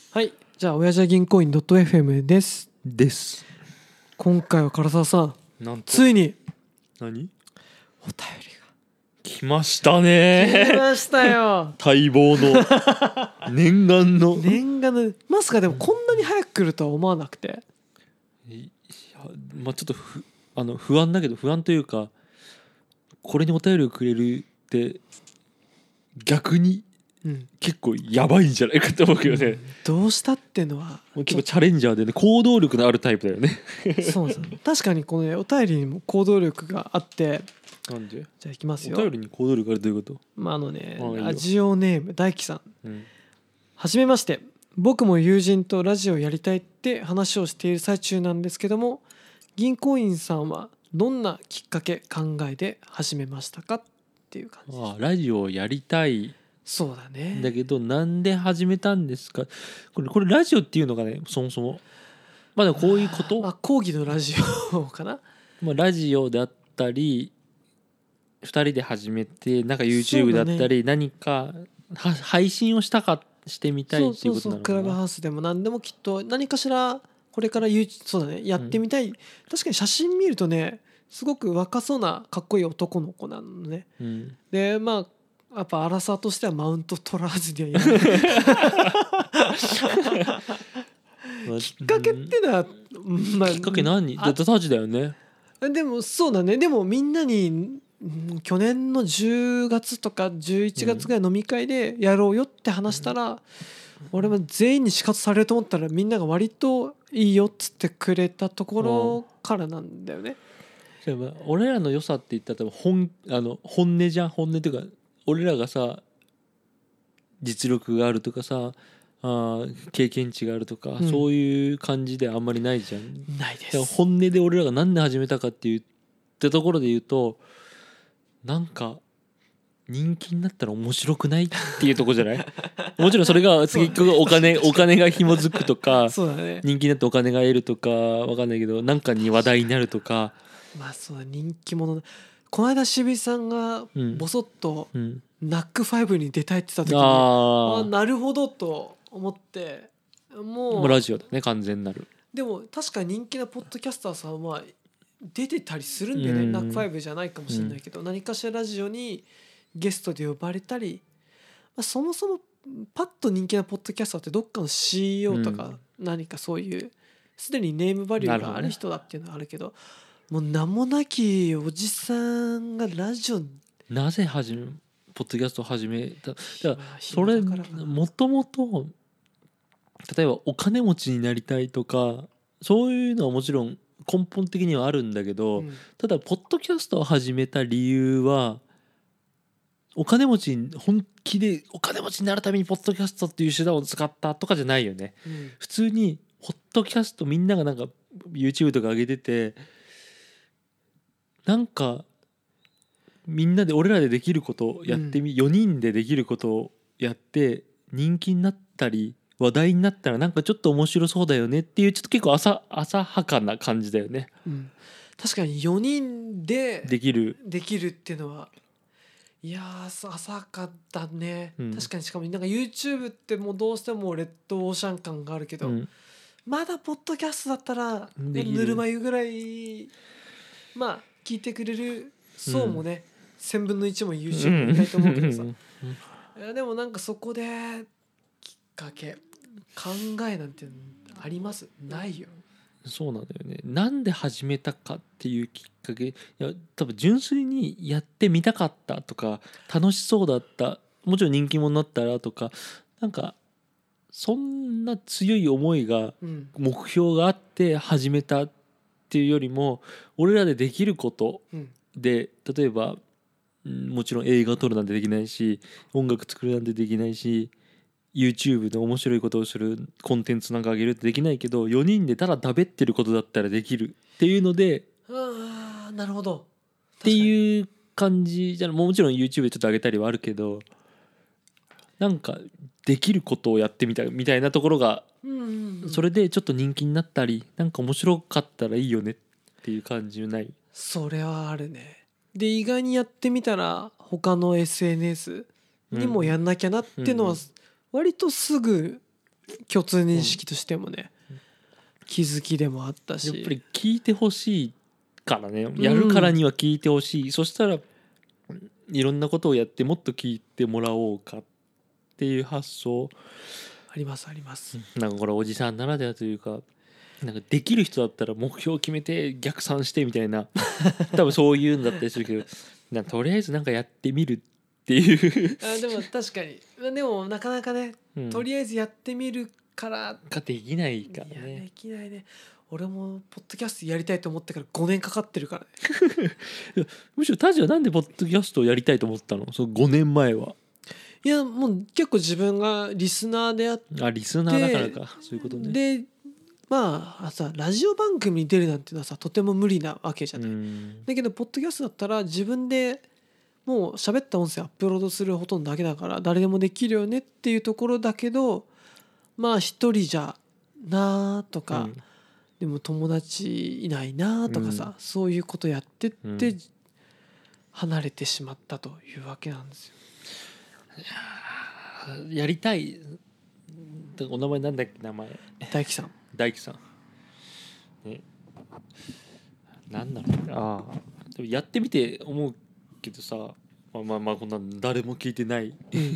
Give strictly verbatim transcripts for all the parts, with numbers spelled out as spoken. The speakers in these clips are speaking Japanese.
はい、じゃあ親父は銀行員 .fm ですです。 今回は唐沢さん、 なんとついに何お便り来ましたが来ねましたよ待望の念願の念願のまさかでもこんなに早く来るとは思わなくて、 いや、まあ、ちょっとふあの不安だけど、不安というか、これにお便りをくれるって逆にうん、 結構やばいんじゃないかと思うけどね、 うんどうしたってのはもう結構チャレンジャーでね、行動力のあるタイプだよねそうです確かにこの、ね、お便りにも行動力があって、 なんでじゃあいきますよ。 お便りに行動力あるどういうこと？ まああのねああいいよラジオネーム大輝さん、 うん、 はじめまして。僕も友人とラジオやりたいって話をしている最中なんですけども、銀行員さんはどんなきっかけ考えで始めましたかっていう感じです。 ああラジオをやりたいそうだね。 だけど、なんで始めたんですか？これこれラジオっていうのがね、そもそもまあでもこういうこと、 まあ講義のラジオかな。 まあ、ラジオであったりふたりで始めて、なんかそう YouTube だだねったり何かは配信をしたかしてみたそいっていうそううそう、クラブことなのかな。 ハウスでも何でもきっと何かしらこれから YouTube そうだねやってみたい、確かに写真見るとねすごく若そうなかっこいい男の子なのね。 うんでまあやっぱ荒さとしてはマウント取らずにはいらないきっかけっていうのは、まあ、 きっかけ何だあってタジだよね。 でもそうだね。でもみんなにうん去年のじゅうがつとかじゅういちがつぐらい飲み会でやろうよって話したら、俺も全員に死活されると思ったらみんなが割といいよっつってくれたところからなんだよね。 でも俺らの良さって言ったら本あの本音じゃん。本音っていうか、俺らがさ実力があるとかさ、あー経験値があるとか、 うんそういう感じであんまりないじゃん。 ないででもす。 本音で俺らが何で始めたかっていうってところで言うと、なんか人気になったら面白くないっていうところじゃない？もちろんそれが結局お金お金が紐づくとか、 そうだね。 人気になってお金が得るとかわかんないけど、なんかに話題になるとか。 まあそうだ人気者。この間渋井さんがうんボソッとうんナックファイブに出たいって言った時に、ああなるほどと思って、 あもうもうラジオだね、完全なる。 でも確かに人気なポッドキャスターさんは出てたりするんだよね。 うんナックファイブじゃないかもしれないけど、何かしらラジオにゲストで呼ばれたり、まあ、そもそもパッと人気なポッドキャスターってどっかの シーイーオー とか何かそういうすでにネームバリューがある人だっていうのはあるけど、もう名もなきおじさんがラジオなぜ始めポッドキャストを始めた？だからそ暇れだからかな。 もともと例えばお金持ちになりたいとかそういうのはもちろん根本的にはあるんだけど、 うんただポッドキャストを始めた理由はお金持ちに本気でお金持ちになるためにポッドキャストっていう手段を使ったとかじゃないよね。 うん普通にポッドキャストみんながなんか YouTube とか上げてて、なんかみんなで俺らでできることをやってみ、よにんでできることをやって人気になったり話題になったらなんかちょっと面白そうだよねっていう、ちょっと結構浅浅はかな感じだよね。 うん確かによにんでできる、 できるっていうのはいやー浅はかだね、 うん確かに。しかもなんか YouTube ってもうどうしてもレッドオーシャン感があるけど、 うん、 まだポッドキャストだったらできるぬるま湯ぐらいまあ聞いてくれる層もね、せんぶんのいちも YouTube にいないと思うけどさ、いやでもなんかそこできっかけ考えなんてあります？ないよ。 そうなんだよね。なんで始めたかっていうきっかけ、いや多分純粋にやってみたかったとか楽しそうだった、もちろん人気者になったらとか、なんかそんな強い思いがうん目標があって始めたっていうよりも、俺らでできることうんで、例えばうんもちろん映画撮るなんてできないし、音楽作るなんてできないし、 YouTube で面白いことをするコンテンツなんか上げるってできないけど、よにんでただだべってることだったらできるっていうのであーなるほどっていう感じじゃん。もちろん YouTube でちょっと上げたりはあるけど、なんかできることをやってみたいみたいなところが、 うんうんうんそれでちょっと人気になったりなんか面白かったらいいよねっていう感じない？ それはあるね。で意外にやってみたら他の エスエヌエス にもやんなきゃなっていうのはうんうん割とすぐ共通認識としてもね、うん、気づきでもあったし、 やっぱり聞いてほしいからね、やるからには聞いてほしい、うん、そしたらいろんなことをやってもっと聞いてもらおうかっていう発想ありますあります。 なんかこれおじさんならではというか、なんかできる人だったら目標を決めて逆算してみたいな多分そういうんだったりするけどなんかとりあえずなんかやってみるっていうあでも確かにでもなかなかね、 うん、 とりあえずやってみるからかできないからね。 いやできないね。俺もポッドキャストやりたいと思ってからごねんかかってるからねむしろタジはなんでポッドキャストをやりたいと思ったの？そのごねんまえは。 いやもう結構自分がリスナーであってあリスナーだからかそういうことね。 でまあさラジオ番組に出るなんていうのはさとても無理なわけじゃない。だけどポッドキャストだったら自分でもう喋った音声アップロードするほとんどだけだから誰でもできるよねっていうところだけど、まあ一人じゃなとか、うん、でも友達いないなとかさ、うん、そういうことやってって離れてしまったというわけなんですよ。 いややりたい。お名前なんだっけ名前。 大樹さん。 大樹さん。ね。なんだろうね。ああ。でもやってみて思うけどさ、まあまあまあこんな誰も聞いてない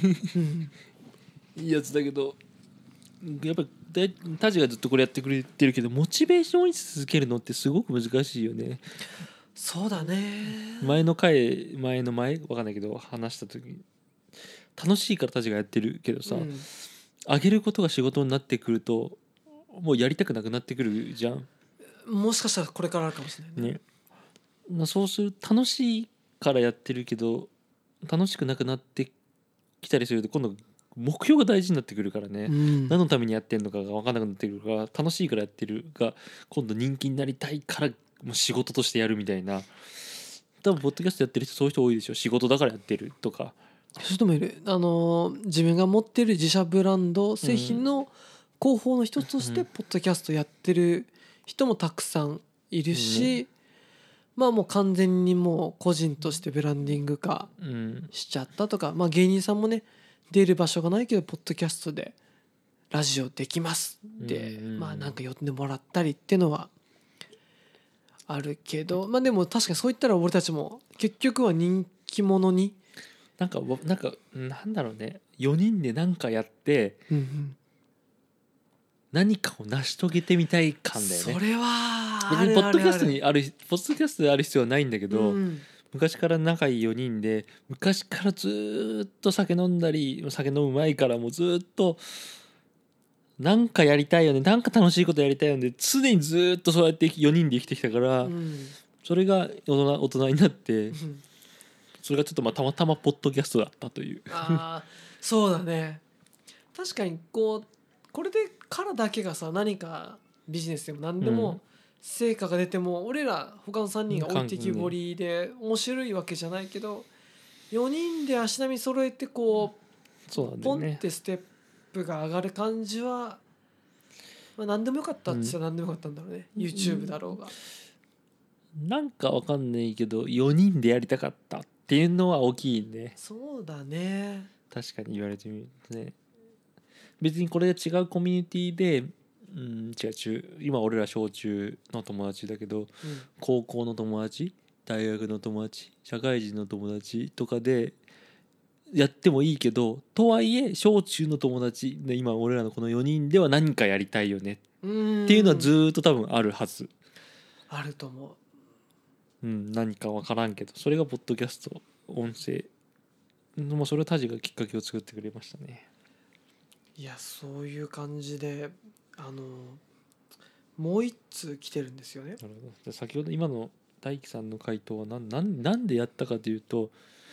やつだけど、やっぱタジがずっとこれやってくれてるけどモチベーションを続けるのってすごく難しいよね。 そうだね。 前の回前の前わかんないけど話した時楽しいからタジがやってるけどさ、うん、上げることが仕事になってくるともうやりたくなくなってくるじゃん。 もしかしたらこれからあるかもしれないね。 ね、そうする楽しいからやってるけど楽しくなくなってきたりすると今度目標が大事になってくるからね、うん、何のためにやってるのかが分からなくなってくるから楽しいからやってるが今度人気になりたいからもう仕事としてやるみたいな。多分ポッドキャストやってる人そういう人多いでしょ。仕事だからやってるとか。 そういう人もいる。あのー、自分が持ってる自社ブランド製品の広報の一つとしてポッドキャストやってる人もたくさんいるし、うん、まあもう完全にもう個人としてブランディング化しちゃったとか、うん、まあ芸人さんもね出る場所がないけどポッドキャストでラジオできますで、うん、まあなんか呼んでもらったりっていうのはあるけど、まあでも確かにそう言ったら俺たちも結局は人気者になんかなんかなんだろうねよにんで何かやって、うんうん、何かを成し遂げてみたい感だよね。 それは別にポッドキャストにあるポッドキャストである必要はないんだけど、うん、昔から仲いいよにんで昔からずっと酒飲んだり酒飲む前からもうずっとなんかやりたいよねなんか楽しいことやりたいよね常にずっとそうやってよにんで生きてきたから、うん、それが大人、大人になって、うん、それがちょっとまあたまたまポッドキャストだったという。 あそうだね。確かにこうこれでからだけがさ何かビジネスでも何でも成果が出ても、うん、俺ら他のさんにんが置いてきぼりで面白いわけじゃないけどよにんで足並み揃えてこう、そうなんだよね、ポンってステップが上がる感じは、まあ、何でもよかったって言ったら何でもよかったんだろうね、うん、YouTube だろうが、 うん、なんかわかんないけどよにんでやりたかったっていうのは大きいね。 そうだね。 確かに言われてみるとね。別にこれで違うコミュニティで、うん、違う中今俺ら小中の友達だけど、うん、高校の友達大学の友達社会人の友達とかでやってもいいけどとはいえ小中の友達で今俺らのこのよにんでは何かやりたいよねっていうのはずっと多分あるはず。 あると思う、うん、何か分からんけどそれがポッドキャスト音声もうそれをタジがきっかけを作ってくれましたね。 いやそういう感じであのもう一通来てるんですよね。 なるほど。先ほど今の大樹さんの回答は何なんなんでやったかというと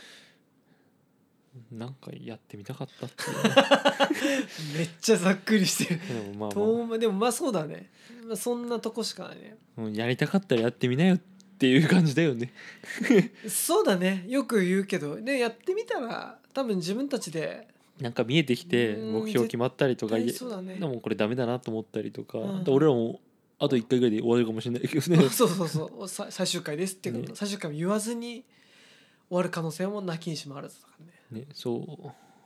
なんかやってみたかったっていう、ね、 めっちゃざっくりしてる。 でもまあ、 まあ、でもまあそうだね、まあ、そんなとこしかないね。 もうやりたかったらやってみなよっていう感じだよねそうだねよく言うけどでやってみたら多分自分たちでなんか見えてきて目標決まったりとか、 そうだね、 でもこれダメだなと思ったりとか、うん、俺らもあといっかいぐらいで終わるかもしれないけどねそうそうそう最終回ですってこと、ね、最終回も言わずに終わる可能性もなきにしもあらずだからね。 ねそう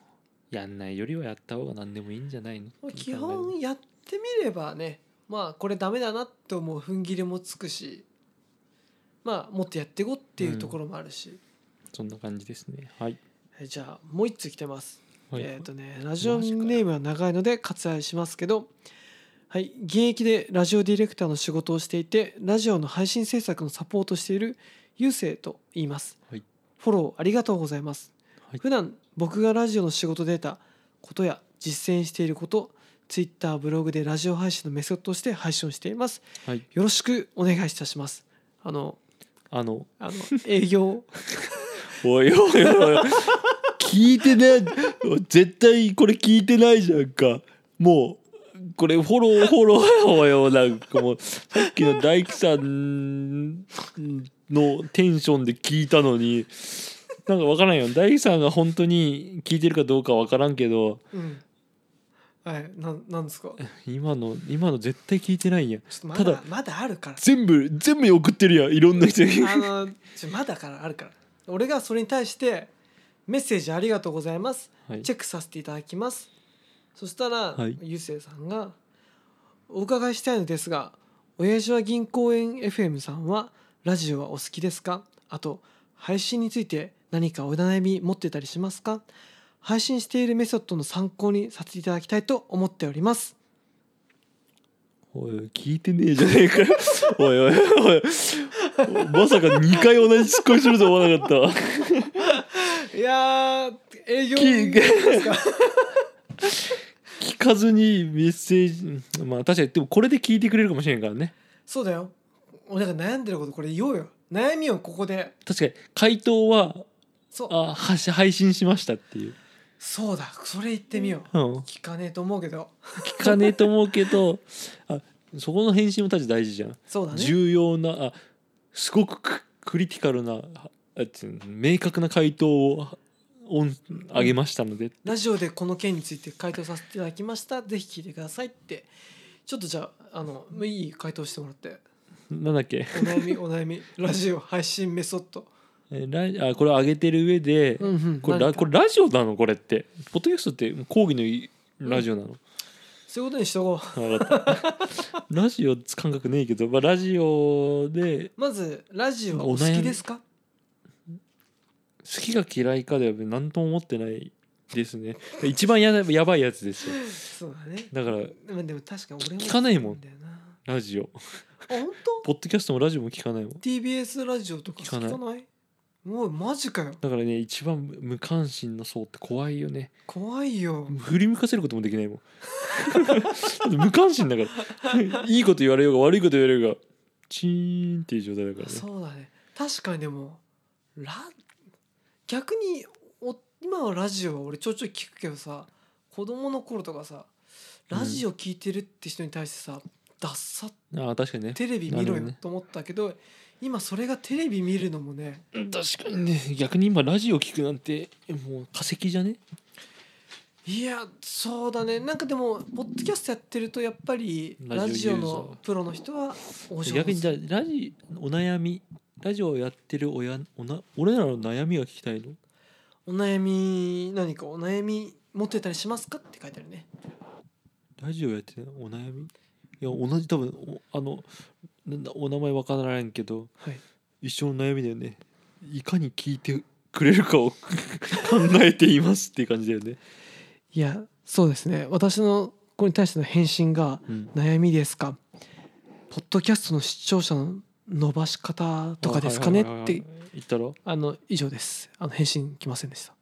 やんないよりはやった方が何でもいいんじゃないの。 基本やってみればね、まあこれダメだなって思う踏ん切りもつくし、まあもっとやっていこうっていうところもあるし、うん、 そんな感じですね。はい、 じゃあもう一つ来てます、はい、えっ、ー、とねラジオネームは長いので割愛しますけど、はい、現役でラジオディレクターの仕事をしていてラジオの配信制作のサポートしているゆうせいと言います、はい、フォローありがとうございます、はい、普段僕がラジオの仕事で得たことや実践していること、ツイッター、ブログでラジオ配信のメソッドとして配信をしています、はい、よろしくお願いいたします。あのあのあの営業おいおいおい聞いてない絶対これ聞いてないじゃんか。もうこれフォローフォローよなんかもうさっきの大樹さんのテンションで聞いたのになんか分からんよ。大樹さんが本当に聞いてるかどうか分からんけど、 うん、はい、な、なんですか。 今の今の絶対聞いてないんや。 ちょっとまだただまだあるから全部全部送ってるやんいろんな人にあのちょまだからあるから俺がそれに対してメッセージありがとうございます、はい、チェックさせていただきます。そしたら、はい、ゆうせいさんがお伺いしたいのですが、親父は銀行員 エフエム さんはラジオはお好きですか？あと配信について何かお悩み持ってたりしますか？配信しているメソッドの参考にさせていただきたいと思っております。 おい聞いてねえじゃねえかよおいおいおいまさかにかい同じツッコミすると思わなかったいやー営業ですか聞かずにメッセージ、まあ確かにでもこれで聞いてくれるかもしれんからね。 そうだよ。俺が悩んでることこれ言おうよ。悩みをここで。 確かに回答はそうあ配信しましたっていう。 そうだそれ言ってみよう、うん、聞かねえと思うけど聞かねえと思うけどあそこの返信も確か大事じゃん。 そうだね。 重要なあすごく ク, クリティカルなあ明確な回答をあげましたので、うん、 ラジオでこの件について回答させていただきました、ぜひ聞いてくださいって。ちょっとじゃあ、あのいい回答してもらって。 なんだっけお悩みお悩みラジオ配信メソッドえラあこれ上げてる上で、うんうん、これラこれラジオなのこれってポッドキャストって講義のラジオなの、うん、 そういうことにしとこうラジオ感覚ねえけど、まあ、ラジオでまずラジオはお好きですか？ 好きか嫌いかでは何とも思ってないですね。一番ややばいやつですよ。 そうだね。 だからでも確か俺も聞かないもんラジオ。 本当？ ポッドキャストもラジオも聞かないもん。 ティービーエス ラジオとか聞かない？聞かない？もうマジかよ。 だからね一番無関心の層って怖いよね。 怖いよ。 振り向かせることもできないもん無関心だからいいこと言われようが悪いこと言われようがチーンっていう状態だからね。 そうだね。確かにでもラ逆にお今はラジオは俺ちょいちょい聞くけどさ、子供の頃とかさラジオ聞いてるって人に対してさ、うん、ダッサッあ確かにねテレビ見ろよと思ったけど、ね、今それがテレビ見るのもね、 確かにね。逆に今ラジオ聞くなんてもう化石じゃね。 いやそうだね。なんかでもポッドキャストやってるとやっぱりラジオのプロの人はお上手。逆にじゃあラジお悩みラジオをやってる親おな俺らの悩みが聞きたいの。 お悩み何かお悩み持ってたりしますかって書いてあるね。 ラジオやってお悩みいや同じ多分あのなんだお名前わからないけど、はい、一緒の悩みだよね。いかに聞いてくれるかを考えていますっていう感じだよね。 いやそうですね。私のこれに対しての返信が、うん、悩みですか、ポッドキャストの視聴者の伸ばし方とかですかねって言ったらあの以上です。あの返信来ませんでした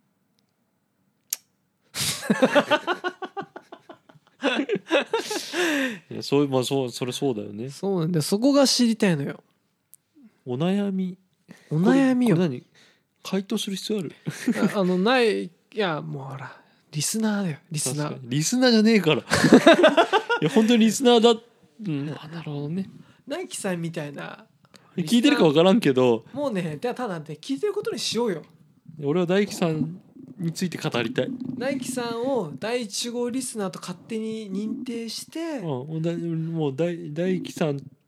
いやそうまあそうそれそうだよね。 そうなんでそこが知りたいのよ。 お悩みお悩みを何回答する必要あるあのないいやもうほらリスナーだよリスナー。 リスナーじゃねえからいや本当にリスナーだ、うん、なるほどね。 ナイキさんみたいな聞いてるか分からんけどもうねただね聞いてることにしようよ。 俺は大樹さんについて語りたい。 ナイキさんを第一号リスナーと勝手に認定して、 うん、もう大大樹さん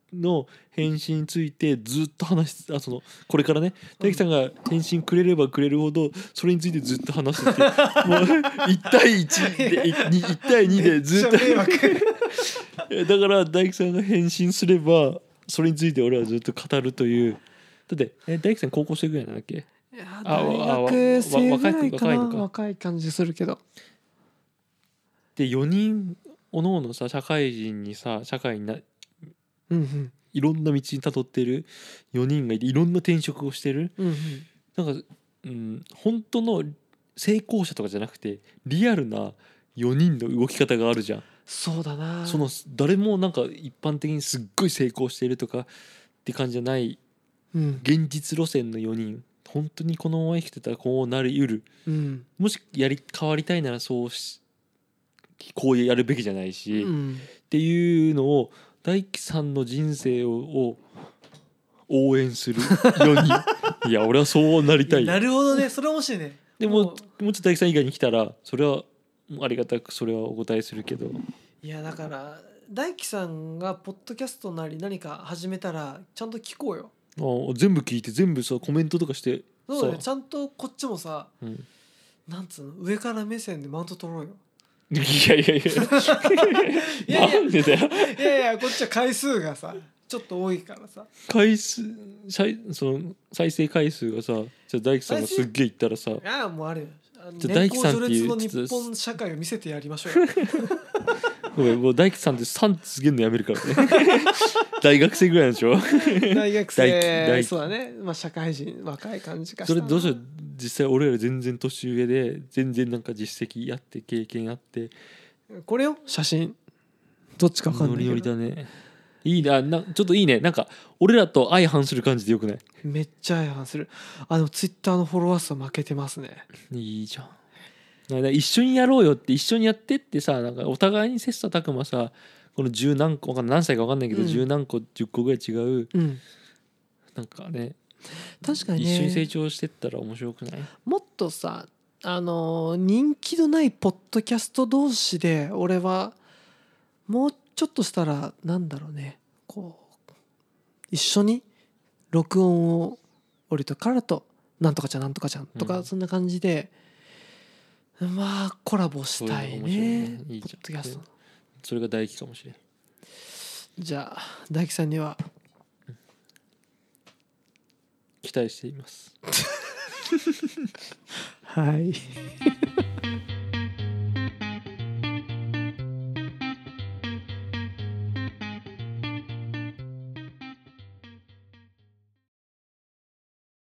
の返信についてずっと話しあそのこれからね大樹さんが返信くれればくれるほどそれについてずっと話しててもういち対いちでいち対にでずっとめっちゃ迷惑だから大樹さんが返信すればそれについて俺はずっと語るという。だってえ大樹さん高校生ぐらいなんだっけ。 いやあ大学生ぐらいかな若いのか若い感じするけどでよにんおのおのさ社会人にさ社会になうんうんいろんな道にたどってるよにんがいていろんな転職をしてるうんうんなんか、うん、本当の成功者とかじゃなくてリアルなよにんの動き方があるじゃん。 そうだなその誰もなんか一般的にすっごい成功しているとかって感じじゃないうん現実路線のよにん本当にこのまま生きてたらこうなりうるうんもしやり変わりたいならそうしこうやるべきじゃないし、っうんていうのを大樹さんの人生をを応援するよにんいや俺はそうなりたいなるほどねそれ面白いねでももうちょっと大樹さん以外に来たらそれはありがたくそれはお答えするけどいやだから大樹さんがポッドキャストなり何か始めたらちゃんと聞こうよあ全部聞いて全部さコメントとかしてそうだねさちゃんとこっちもさうんなんつうの上から目線でマウント取ろうよいやいやいやいやいやなんでだよいやいやこっちは回数がさちょっと多いからさ回数再その再生回数がさじゃあ大樹さんがすっげえ言ったらさああもうあるよあのじゃあ大樹さんっていう年功序列の日本社会を見せてやりましょうよごめんもう大樹さんってさんつげんのやめるからね大学生ぐらいなんでしょ大学大生大そうだねまあ社会人若い感じかそれどうしようう実際俺らより全然年上で全然なんか実績あって経験あってこれよ写真どっちか分かんノリノないけどリだねいいななちょっといいねなんか俺らと相反する感じでよくないめっちゃ相反するあでもツイッターのフォロワー数は負けてますねいいじゃんだから一緒にやろうよって一緒にやってってさなんかお互いに切磋琢磨さこの十何個わかんない何歳か分かんないけど、 うん十何個じゅっこぐらい違ううんなんかね確かにね一緒に成長してったら面白くないもっとさあのー人気のないポッドキャスト同士で俺はもうちょっとしたらなんだろうねこう一緒に録音を俺とカラとなんとかちゃんなんとかちゃんとか、 うんそんな感じでまあコラボしたいそういうの面白いねねいいじゃんポッドキャストそれが大輝かもしれんじゃあ大樹さんには期待していますはい